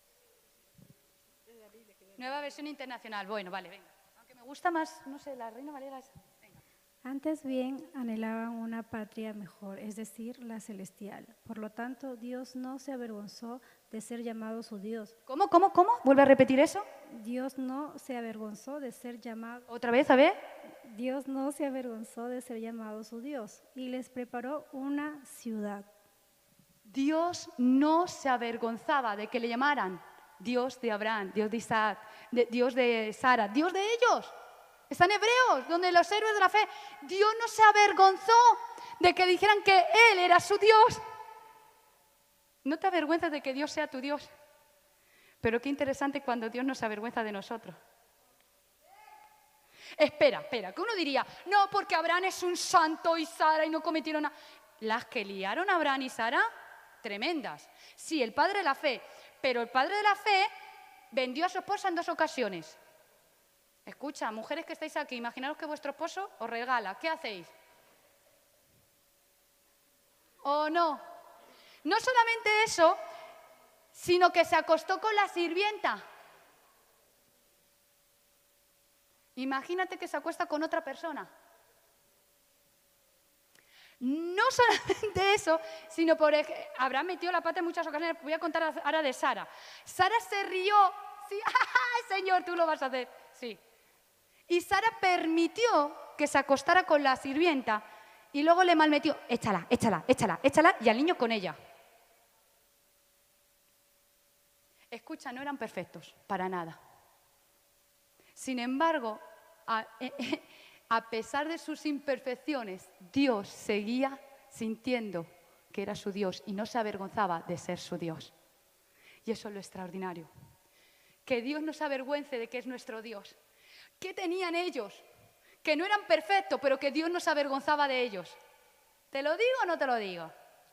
Nueva versión internacional. Bueno, vale, venga. Aunque me gusta más, no sé, la Reina Valera es... Antes bien anhelaban una patria mejor, es decir, la celestial. Por lo tanto, Dios no se avergonzó de ser llamado su Dios. ¿Cómo? ¿Vuelve a repetir eso? Dios no se avergonzó de ser llamado. Otra vez, a ver. Dios no se avergonzó de ser llamado su Dios y les preparó una ciudad. Dios no se avergonzaba de que le llamaran Dios de Abraham, Dios de Isaac, Dios de Sara, Dios de ellos. Está en Hebreos, donde los héroes de la fe, Dios no se avergonzó de que dijeran que Él era su Dios. No te avergüences de que Dios sea tu Dios. Pero qué interesante cuando Dios no se avergüenza de nosotros. Espera, que uno diría, no, porque Abraham es un santo y Sara y no cometieron nada. Las que liaron a Abraham y Sara, tremendas. Sí, el padre de la fe, pero el padre de la fe vendió a su esposa en 2 ocasiones. Escucha, mujeres que estáis aquí, imaginaros que vuestro esposo os regala. ¿Qué hacéis? ¿O no? No solamente eso, sino que se acostó con la sirvienta. Imagínate que se acuesta con otra persona. No solamente eso, sino por Abraham metió la pata en muchas ocasiones. Voy a contar ahora de Sara. Sara se rió. Sí, ¡ay, Señor, tú lo vas a hacer! Sí. Y Sara permitió que se acostara con la sirvienta y luego le malmetió, échala, y al niño con ella. Escucha, no eran perfectos, para nada. Sin embargo, a pesar de sus imperfecciones, Dios seguía sintiendo que era su Dios y no se avergonzaba de ser su Dios. Y eso es lo extraordinario. que Dios no se avergüence de que es nuestro Dios. ¿Qué tenían ellos? Que no eran perfectos, pero que Dios no se avergonzaba de ellos. ¿Te lo digo o no te lo digo?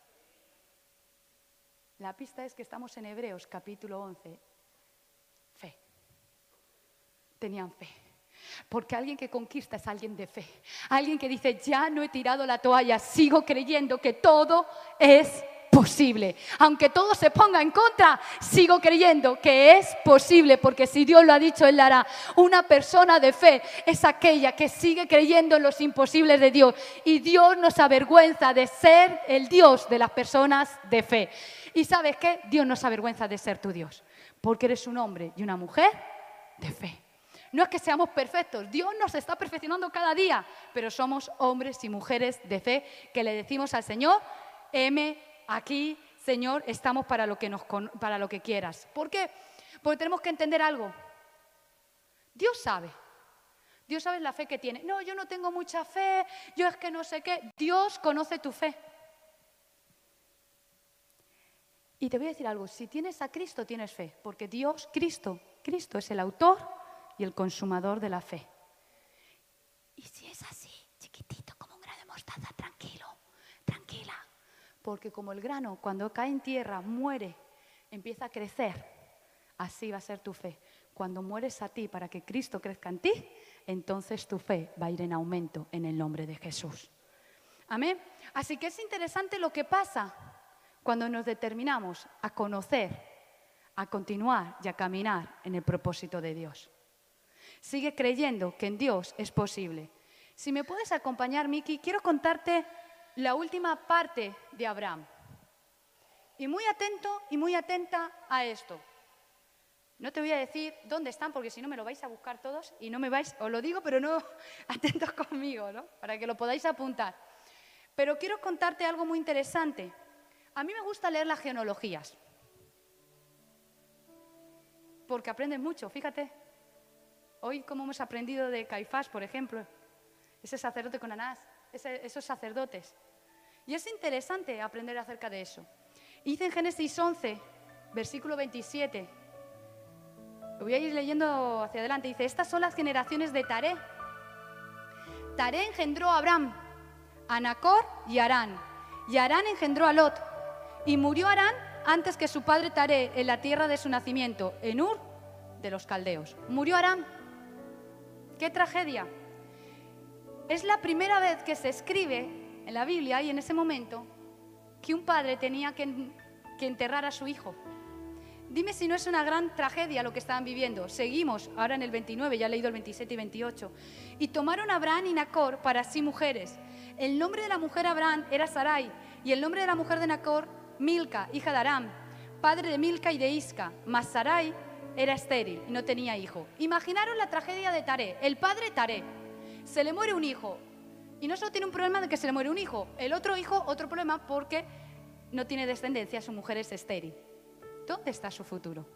La pista es que estamos en Hebreos capítulo 11. Fe. Tenían fe. Porque alguien que conquista es alguien de fe. Alguien que dice, ya no he tirado la toalla, sigo creyendo que todo es posible. Aunque todo se ponga en contra, sigo creyendo que es posible, porque si Dios lo ha dicho, Él lo hará. Una persona de fe es aquella que sigue creyendo en los imposibles de Dios. Y Dios no se avergüenza de ser el Dios de las personas de fe. ¿Y sabes qué? Dios no se avergüenza de ser tu Dios, porque eres un hombre y una mujer de fe. No es que seamos perfectos, Dios nos está perfeccionando cada día, pero somos hombres y mujeres de fe que le decimos al Señor, heme aquí, Señor, estamos para lo que quieras. ¿Por qué? Porque tenemos que entender algo. Dios sabe la fe que tiene. No, yo no tengo mucha fe, yo es que no sé qué. Dios conoce tu fe. Y te voy a decir algo, si tienes a Cristo tienes fe, porque Dios, Cristo es el autor y el consumador de la fe. Y si es así, chiquitito, como un grano de mostaza, tranquilo, tranquila. Porque como el grano, cuando cae en tierra, muere, empieza a crecer, así va a ser tu fe. Cuando mueres a ti para que Cristo crezca en ti, entonces tu fe va a ir en aumento en el nombre de Jesús. Amén. Así que es interesante lo que pasa cuando nos determinamos a conocer, a continuar y a caminar en el propósito de Dios. Sigue creyendo que en Dios es posible. Si me puedes acompañar, Miki, quiero contarte la última parte de Abraham. Y muy atento y muy atenta a esto. No te voy a decir dónde están, porque si no me lo vais a buscar todos y no me vais, os lo digo, pero no atentos conmigo, ¿no? Para que lo podáis apuntar. Pero quiero contarte algo muy interesante. A mí me gusta leer las genealogías, porque aprendes mucho, fíjate. Hoy como hemos aprendido de Caifás, por ejemplo, ese sacerdote con Anás, esos sacerdotes. Y es interesante aprender acerca de eso. Y dice en Génesis 11, versículo 27, lo voy a ir leyendo hacia adelante, dice, estas son las generaciones de Taré. Taré engendró a Abraham, a Nacor y a Harán. Y Harán engendró a Lot. Y murió Harán antes que su padre Taré en la tierra de su nacimiento, en Ur de los caldeos. Murió Harán. ¡Qué tragedia! Es la primera vez que se escribe en la Biblia y en ese momento que un padre tenía que enterrar a su hijo. Dime si no es una gran tragedia lo que estaban viviendo. Seguimos ahora en el 29, ya he leído el 27 y 28. Y tomaron a Abraham y Nacor para sí mujeres. El nombre de la mujer Abraham era Sarai y el nombre de la mujer de Nacor, Milca, hija de Aram, padre de Milca y de Isca. Mas Sarai era estéril y no tenía hijo. Imaginaros la tragedia de Taré. El padre Taré, se le muere un hijo. Y no solo tiene un problema de que se le muere un hijo, el otro hijo, otro problema porque no tiene descendencia, su mujer es estéril. ¿Dónde está su futuro?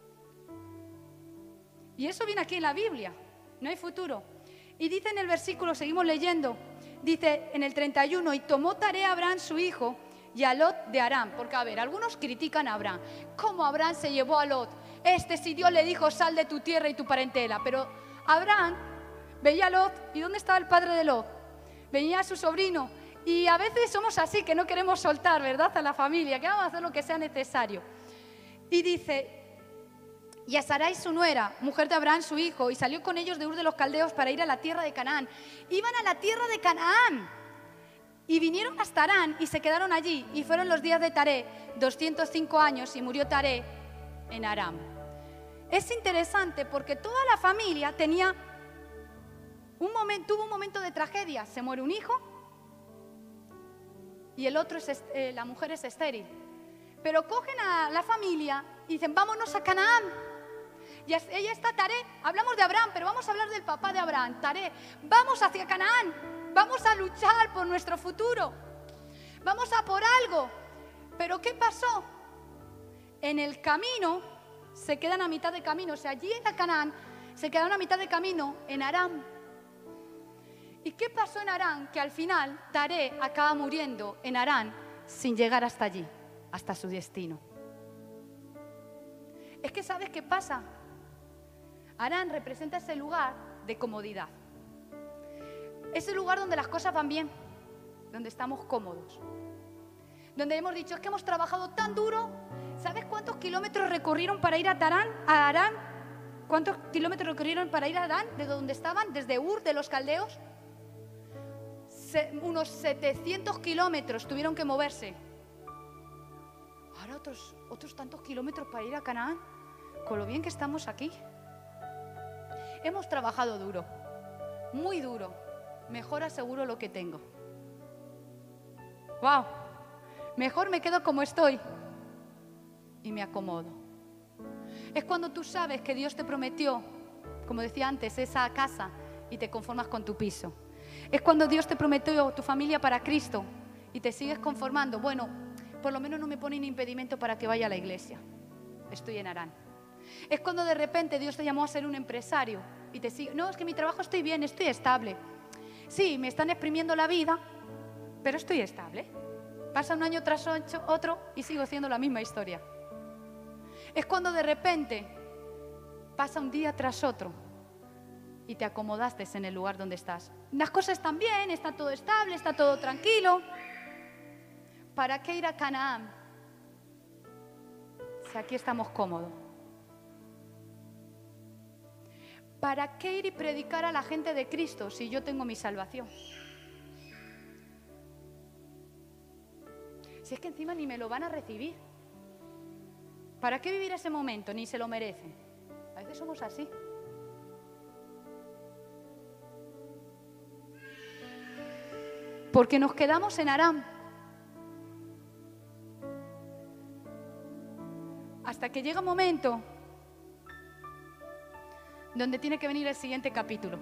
Y eso viene aquí en la Biblia, no hay futuro. Y dice en el versículo, seguimos leyendo, dice en el 31, y tomó Taré a Abraham su hijo y a Lot de Aram. Porque a ver, algunos critican a Abraham. ¿Cómo Abraham se llevó a Lot? Si Dios le dijo, sal de tu tierra y tu parentela. Pero Abraham veía a Lot, ¿y dónde estaba el padre de Lot? Venía a su sobrino. Y a veces somos así, que no queremos soltar, ¿verdad?, a la familia, que vamos a hacer lo que sea necesario. Y dice, y a Sarai su nuera, mujer de Abraham su hijo, y salió con ellos de Ur de los Caldeos para ir a la tierra de Canaán. Iban a la tierra de Canaán. Y vinieron hasta Harán y se quedaron allí. Y fueron los días de Taré, 205 años, y murió Taré en Aram. Es interesante porque toda la familia tenía tuvo un momento de tragedia. Se muere un hijo y el otro la mujer es estéril. Pero cogen a la familia y dicen, vámonos a Canaán. Y ella está Taré, hablamos de Abraham, pero vamos a hablar del papá de Abraham, Taré. Vamos hacia Canaán, vamos a luchar por nuestro futuro. Vamos a por algo. Pero ¿qué pasó? En el camino, se quedan a mitad de camino. O sea, allí en Canaán, se quedaron a mitad de camino en Aram. ¿Y qué pasó en Harán? Que al final Taré acaba muriendo en Harán sin llegar hasta allí, hasta su destino. Es que ¿sabes qué pasa? Harán representa ese lugar de comodidad. Ese lugar donde las cosas van bien, donde estamos cómodos. Donde hemos dicho, es que hemos trabajado tan duro. ¿Sabes cuántos kilómetros recorrieron para ir a Harán? ¿Cuántos kilómetros recorrieron para ir a Harán? ¿De donde estaban? ¿Desde Ur, de los caldeos? Unos 700 kilómetros tuvieron que moverse. Ahora otros tantos kilómetros para ir a Canaán. Con lo bien que estamos aquí. Hemos trabajado duro, muy duro. Mejor aseguro lo que tengo. ¡Wow! Mejor me quedo como estoy y me acomodo. Es cuando tú sabes que Dios te prometió, como decía antes, esa casa y te conformas con tu piso. Es cuando Dios te prometió tu familia para Cristo y te sigues conformando. Bueno, por lo menos no me ponen impedimento para que vaya a la iglesia. Estoy en Harán. Es cuando de repente Dios te llamó a ser un empresario y te sigue. No, es que mi trabajo estoy bien, estoy estable. Sí, me están exprimiendo la vida, pero estoy estable. Pasa un año tras otro y sigo haciendo la misma historia. Es cuando de repente pasa un día tras otro y te acomodaste en el lugar donde estás. Las cosas están bien, está todo estable, está todo tranquilo. ¿Para qué ir a Canaán si aquí estamos cómodos? ¿Para qué ir y predicar a la gente de Cristo si yo tengo mi salvación? Si es que encima ni me lo van a recibir. ¿Para qué vivir ese momento? Ni se lo merecen. A veces somos así. Porque nos quedamos en Harán. Hasta que llega un momento donde tiene que venir el siguiente capítulo.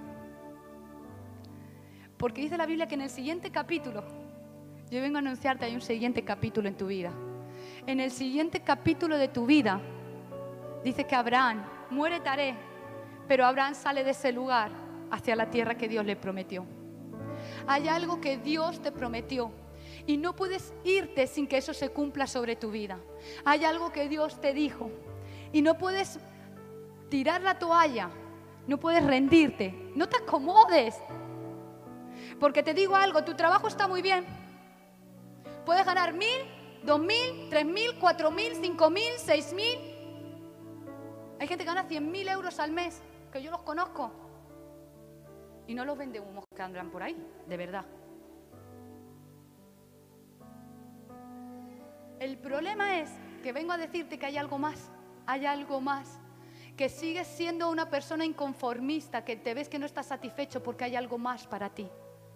Porque dice la Biblia que en el siguiente capítulo, yo vengo a anunciarte, hay un siguiente capítulo en tu vida. En el siguiente capítulo de tu vida, dice que Abraham muere Taré, pero Abraham sale de ese lugar hacia la tierra que Dios le prometió. Hay algo que Dios te prometió y no puedes irte sin que eso se cumpla sobre tu vida. Hay algo que Dios te dijo y no puedes tirar la toalla, no puedes rendirte, no te acomodes. Porque te digo algo, tu trabajo está muy bien. Puedes ganar 1.000, 2.000, 3.000, 4.000, 5.000, 6.000. Hay gente que gana 100.000 euros al mes, que yo los conozco. Y no los vende humos que andan por ahí, de verdad. El problema es que vengo a decirte que hay algo más, que sigues siendo una persona inconformista, que te ves que no estás satisfecho porque hay algo más para ti.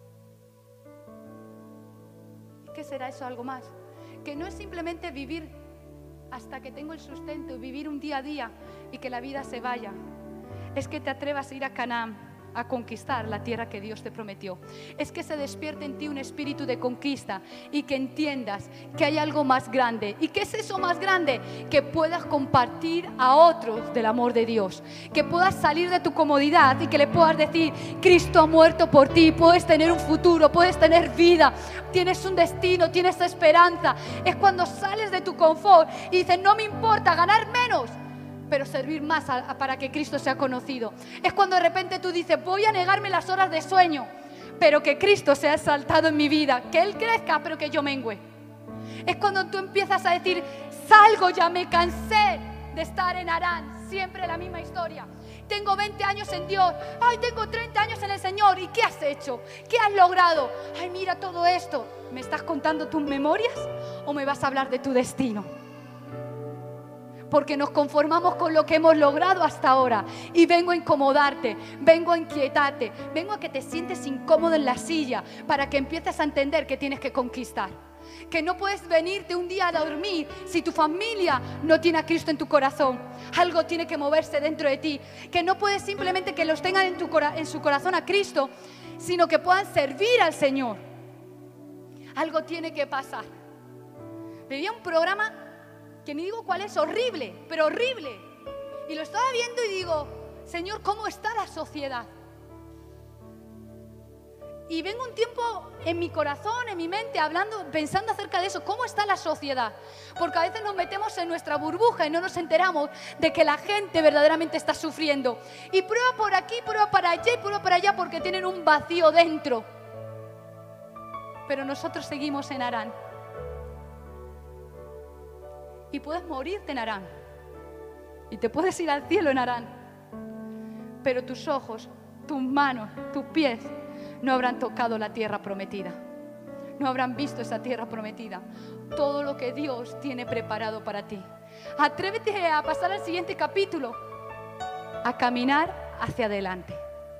¿Qué será eso algo más? Que no es simplemente vivir hasta que tengo el sustento y vivir un día a día y que la vida se vaya. Es que te atrevas a ir a Canaán, a conquistar la tierra que Dios te prometió. Es que se despierte en ti un espíritu de conquista y que entiendas que hay algo más grande. ¿Y qué es eso más grande? Que puedas compartir a otros del amor de Dios, que puedas salir de tu comodidad y que le puedas decir: Cristo ha muerto por ti, puedes tener un futuro, puedes tener vida, tienes un destino, tienes esperanza. Es cuando sales de tu confort y dices: no me importa ganar menos, pero servir más para que Cristo sea conocido. Es cuando de repente tú dices: voy a negarme las horas de sueño, pero que Cristo sea exaltado en mi vida, que Él crezca, pero que yo mengüe. Es cuando tú empiezas a decir: salgo, ya me cansé de estar en Harán, siempre la misma historia. Tengo 20 años en Dios, ay, tengo 30 años en el Señor. ¿Y qué has hecho? ¿Qué has logrado? Ay, mira todo esto. ¿Me estás contando tus memorias o me vas a hablar de tu destino? Porque nos conformamos con lo que hemos logrado hasta ahora. Y vengo a incomodarte, vengo a inquietarte, vengo a que te sientes incómodo en la silla para que empieces a entender que tienes que conquistar. Que no puedes venirte un día a dormir si tu familia no tiene a Cristo en tu corazón. Algo tiene que moverse dentro de ti. Que no puedes simplemente que los tengan en su corazón a Cristo, sino que puedan servir al Señor. Algo tiene que pasar. Veía un programa que ni digo cuál es, horrible, pero horrible. Y lo estaba viendo y digo: Señor, ¿cómo está la sociedad? Y vengo un tiempo en mi corazón, en mi mente, hablando, pensando acerca de eso, cómo está la sociedad. Porque a veces nos metemos en nuestra burbuja y no nos enteramos de que la gente verdaderamente está sufriendo. Y prueba por aquí, prueba para allá y prueba para allá porque tienen un vacío dentro. Pero nosotros seguimos en Harán. Y puedes morirte en Harán. Y te puedes ir al cielo en Harán. Pero tus ojos, tus manos, tus pies no habrán tocado la tierra prometida. No habrán visto esa tierra prometida. Todo lo que Dios tiene preparado para ti. Atrévete a pasar al siguiente capítulo. A caminar hacia adelante.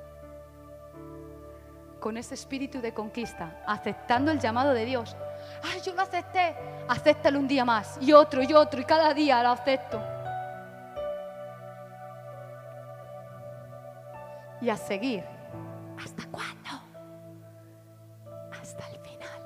Con ese espíritu de conquista. Aceptando el llamado de Dios. ¡Ay, yo lo acepté! Acéptalo un día más. Y otro, y cada día lo acepto. Y a seguir. ¿Hasta cuándo? Hasta el final.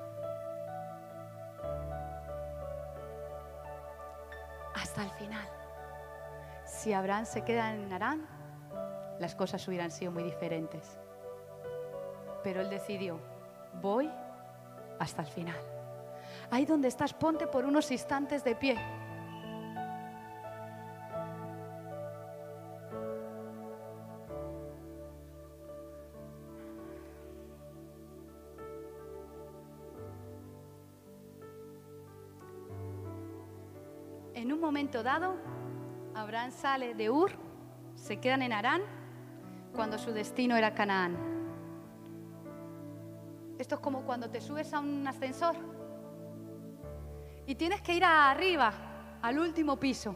Hasta el final. Si Abraham se queda en Harán, las cosas hubieran sido muy diferentes. Pero él decidió, voy hasta el final. Ahí donde estás, ponte por unos instantes de pie. En un momento dado, Abraham sale de Ur, se quedan en Harán, cuando su destino era Canaán. Esto es como cuando te subes a un ascensor y tienes que ir arriba, al último piso,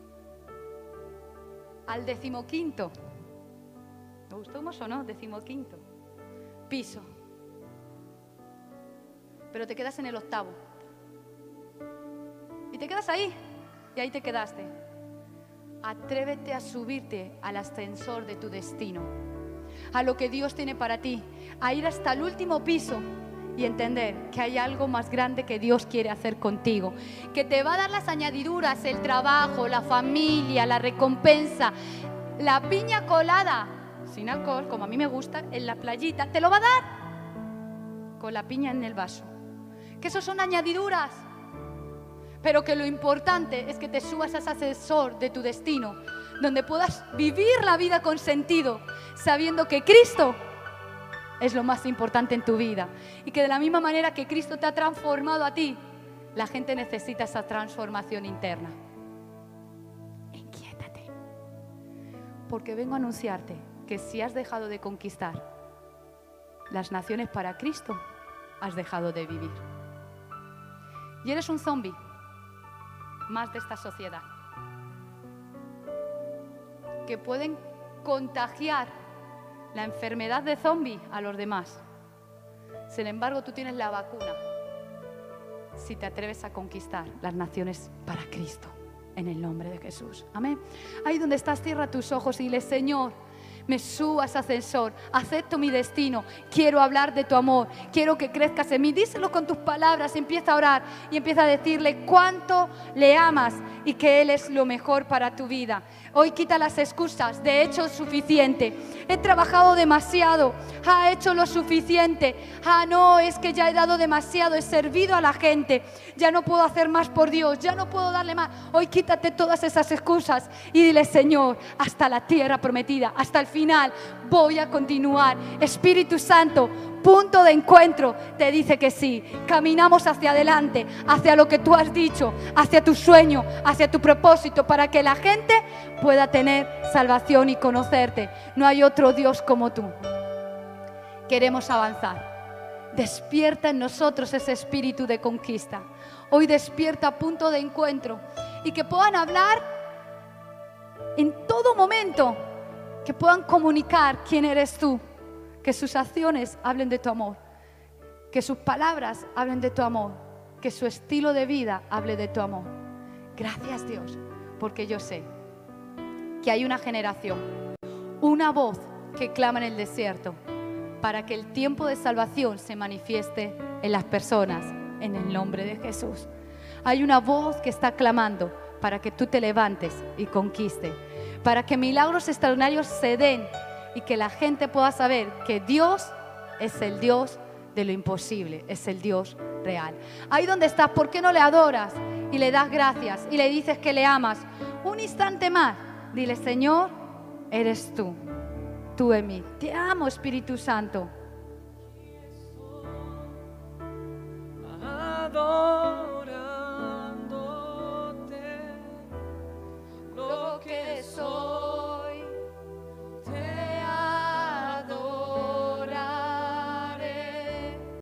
al 15º. ¿Me gustamos o no? 15º piso. Pero te quedas en el 8º. Y te quedas ahí. Y ahí te quedaste. Atrévete a subirte al ascensor de tu destino, a lo que Dios tiene para ti, a ir hasta el último piso y entender que hay algo más grande que Dios quiere hacer contigo, que te va a dar las añadiduras, el trabajo, la familia, la recompensa, la piña colada, sin alcohol, como a mí me gusta, en la playita, te lo va a dar con la piña en el vaso, que esos son añadiduras. Pero que lo importante es que te subas a ese ascensor de tu destino, donde puedas vivir la vida con sentido, sabiendo que Cristo es lo más importante en tu vida. Y que de la misma manera que Cristo te ha transformado a ti, la gente necesita esa transformación interna. Inquiétate. Porque vengo a anunciarte que si has dejado de conquistar las naciones para Cristo, has dejado de vivir. Y eres un zombie más de esta sociedad, que pueden contagiar la enfermedad de zombie a los demás. Sin embargo, tú tienes la vacuna si te atreves a conquistar las naciones para Cristo, en el nombre de Jesús. Amén. Ahí donde estás, cierra tus ojos y dile: Señor, me subo a ese ascensor, acepto mi destino, quiero hablar de tu amor, quiero que crezcas en mí. Díselo con tus palabras, empieza a orar y empieza a decirle cuánto le amas y que Él es lo mejor para tu vida. Hoy quita las excusas, de hecho es suficiente. He trabajado demasiado, ha hecho lo suficiente. No, es que ya he dado demasiado, he servido a la gente, ya no puedo hacer más por Dios, ya no puedo darle más. Hoy quítate todas esas excusas y dile: Señor, hasta la tierra prometida, hasta el final voy a continuar. Espíritu Santo, punto de encuentro, te dice que sí. Caminamos hacia adelante, hacia lo que tú has dicho, hacia tu sueño, hacia tu propósito, para que la gente pueda tener salvación y conocerte. No hay otro Dios como tú. Queremos avanzar. Despierta en nosotros ese espíritu de conquista. Hoy despierta punto de encuentro y que puedan hablar en todo momento, que puedan comunicar quién eres tú, que sus acciones hablen de tu amor, que sus palabras hablen de tu amor, que su estilo de vida hable de tu amor. Gracias, Dios, porque yo sé que hay una generación, una voz que clama en el desierto para que el tiempo de salvación se manifieste en las personas, en el nombre de Jesús. Hay una voz que está clamando para que tú te levantes y conquiste, para que milagros extraordinarios se den y que la gente pueda saber que Dios es el Dios de lo imposible, es el Dios real. Ahí donde estás, ¿por qué no le adoras y le das gracias y le dices que le amas? Un instante más, dile: Señor, eres tú en mí. Te amo, Espíritu Santo.